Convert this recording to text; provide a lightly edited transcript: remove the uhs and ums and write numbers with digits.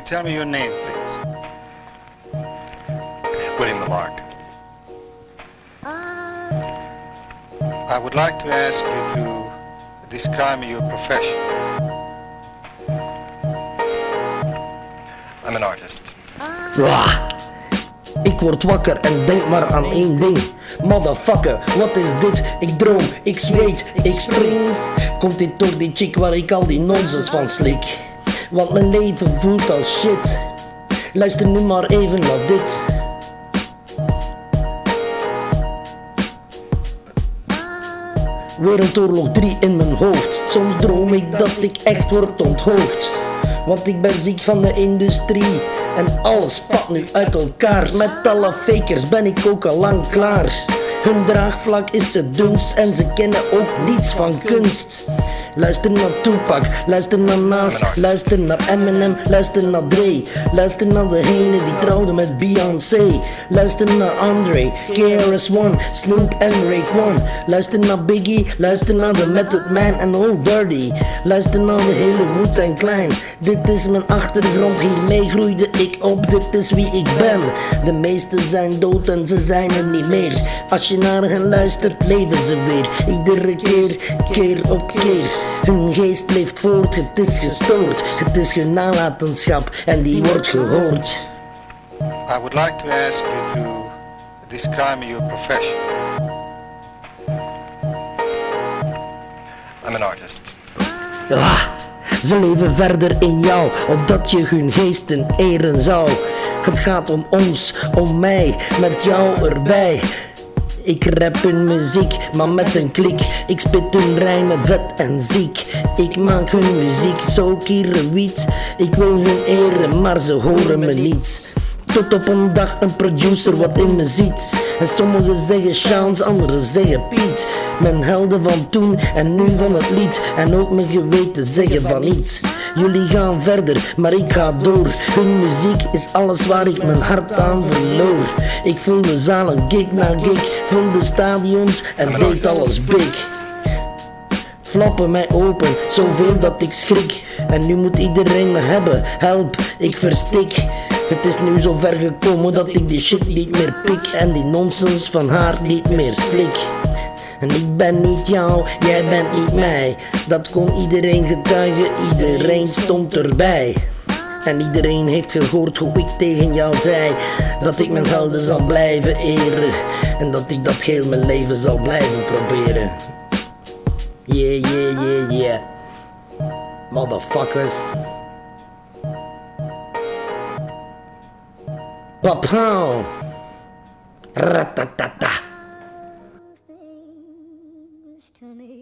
tell me your name, please? William Lamarck. I would like to ask you to describe your profession. I'm an artist. Ik word wakker en denk maar aan één ding. Motherfucker, wat is dit? Ik droom, ik zweet, ik spring. Komt dit door die chick waar ik al die nonsens van slik? Want mijn leven voelt als shit. Luister nu maar even naar dit. Wereldoorlog 3 in mijn hoofd. Soms droom ik dat ik echt word onthoofd. Want ik ben ziek van de industrie. En alles spat nu uit elkaar. Met alle fakers ben ik ook al lang klaar. Hun draagvlak is het dunst en ze kennen ook niets van kunst. Luister naar Tupac, luister naar Nas, luister naar Eminem, luister naar Dre. Luister naar degene die trouwde met Beyoncé. Luister naar Andre, KRS-One, Snoop en Raekwon. Luister naar Biggie, luister naar The Method Man en Old Dirty. Luister naar de hele Wu-Tang Clan. Dit is mijn achtergrond, hiermee groeide ik op, dit is wie ik ben. De meesten zijn dood en ze zijn er niet meer. Als je naar hen luistert, leven ze weer. Iedere keer, keer op keer. Hun geest leeft voort, het is gestoord. Het is hun nalatenschap en die wordt gehoord. I would like to ask you to describe your profession. I'm an artist. Ze leven verder in jou, opdat je hun geesten eren zou. Het gaat om ons, om mij, met jou erbij. Ik rap hun muziek, maar met een klik. Ik spit hun rijmen vet en ziek. Ik maak hun muziek zo kierenwiet. Ik wil hun eren, maar ze horen me niet. Tot op een dag een producer wat in me ziet. En sommigen zeggen Chance, anderen zeggen Piet. Mijn helden van toen en nu van het lied. En ook mijn geweten zeggen van iets. Jullie gaan verder, maar ik ga door. Hun muziek is alles waar ik mijn hart aan verloor. Ik vulde zalen gig na gig, vulde stadions en deed alles big. Flappen mij open, zoveel dat ik schrik. En nu moet iedereen me hebben, help, ik verstik. Het is nu zo ver gekomen dat ik die shit niet meer pik. En die nonsens van haar niet meer slik. En ik ben niet jou, jij bent niet mij. Dat kon iedereen getuigen, iedereen stond erbij. En iedereen heeft gehoord hoe ik tegen jou zei dat ik mijn helden zal blijven eren. En dat ik dat heel mijn leven zal blijven proberen. Yeah, yeah, yeah, yeah. Motherfuckers. Papau. Ratatata. To me.